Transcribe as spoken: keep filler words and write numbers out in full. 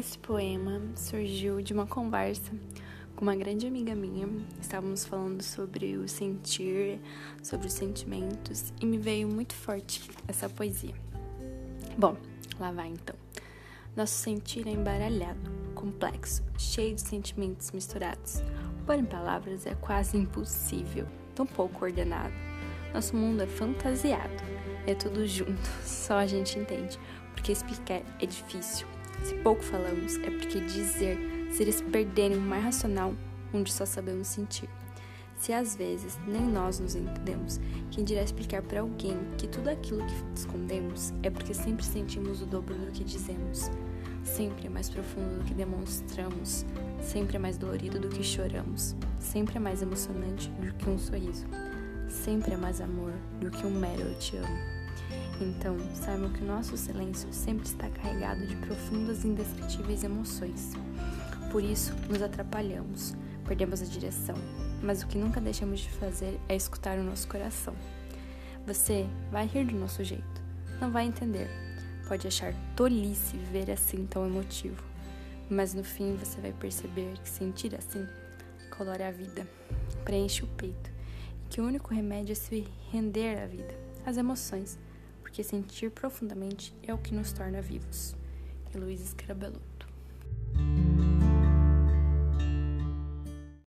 Esse poema surgiu de uma conversa com uma grande amiga minha. Estávamos falando sobre o sentir, sobre os sentimentos, e me veio muito forte essa poesia. Bom, lá vai então. Nosso sentir é embaralhado, complexo, cheio de sentimentos misturados. Pôr em palavras é quase impossível, tão pouco ordenado. Nosso mundo é fantasiado, é tudo junto, só a gente entende, porque explicar é difícil. Se pouco falamos, é porque dizer seria se perder em um mar racional onde só sabemos sentir. Se às vezes nem nós nos entendemos, quem dirá explicar para alguém que tudo aquilo que escondemos é porque sempre sentimos o dobro do que dizemos. Sempre é mais profundo do que demonstramos, sempre é mais dolorido do que choramos, sempre é mais emocionante do que um sorriso, sempre é mais amor do que um mero eu te amo. Então, saibam que o nosso silêncio sempre está carregado de profundas e indescritíveis emoções. Por isso, nos atrapalhamos, perdemos a direção, mas o que nunca deixamos de fazer é escutar o nosso coração. Você vai rir do nosso jeito, não vai entender, pode achar tolice viver assim tão emotivo, mas no fim você vai perceber que sentir assim colora a vida, preenche o peito, e que o único remédio é se render à vida, às emoções, porque sentir profundamente é o que nos torna vivos. Heloísa Scarabello.